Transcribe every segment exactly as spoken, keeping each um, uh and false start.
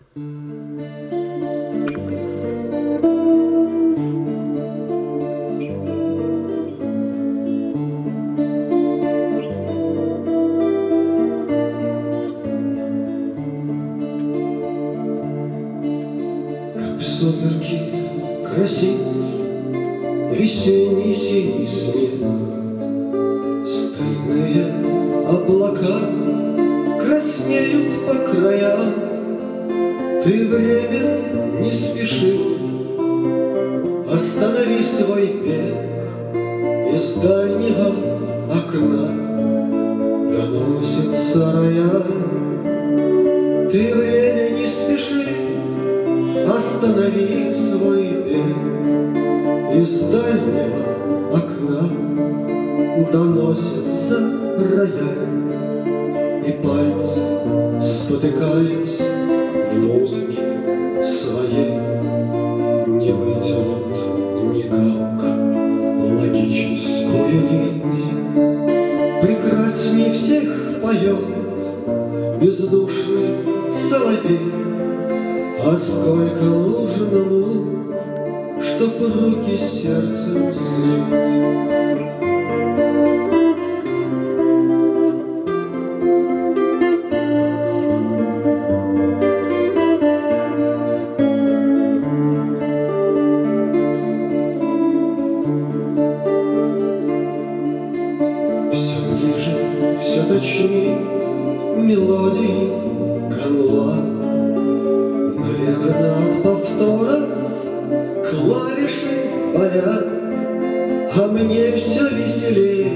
В сумерки красив весенний синий снег, стальные облака краснеют по краям. Ты, время, не спеши, останови свой бег. Из дальнего окна доносится рояль. Ты, время, не спеши, останови свой бег. Из дальнего окна доносится рояль. И пальцы, спотыкаясь в музыке своей, не вытянут никак логическую нить. Прекрасней всех поет бездушный соловей. А сколько нужно мук, чтоб руки сердцем слить. Все ближе, все точнее мелодии канла. Наверно, от повтора клавиши болят, а мне все веселее,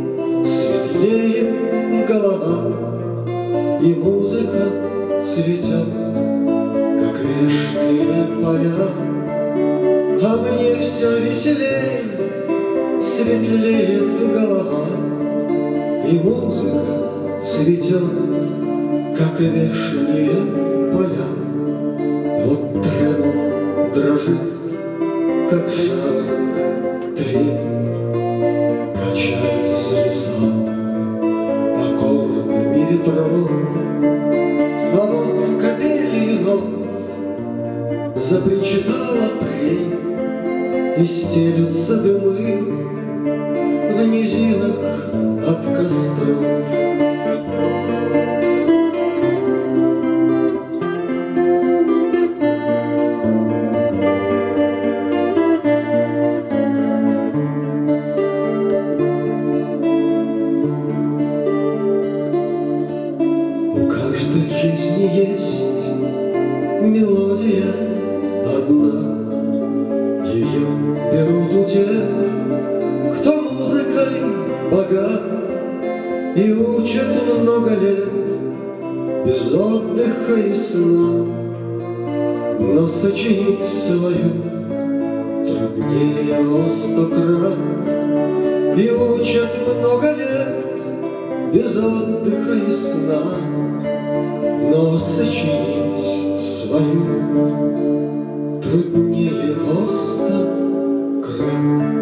светлее голова, и музыка цветет, как вешние поля. А мне все веселее, светлеет голова, и музыка цветет, как вешние поля. Вот тремоло дрожит, как жаворонка трепет, качаются леса аккордами ветров. А вот капелью нот запричитал апрель, и стелются дымы в низинах от костров. В жизни есть мелодия одна, ее берут у тех, кто музыкой богат, и учат много лет без отдыха и сна. Но сочинить свою труднее о сто крат, и учат много лет без отдыха и сна. Но сочинить свою труднее во сто крат.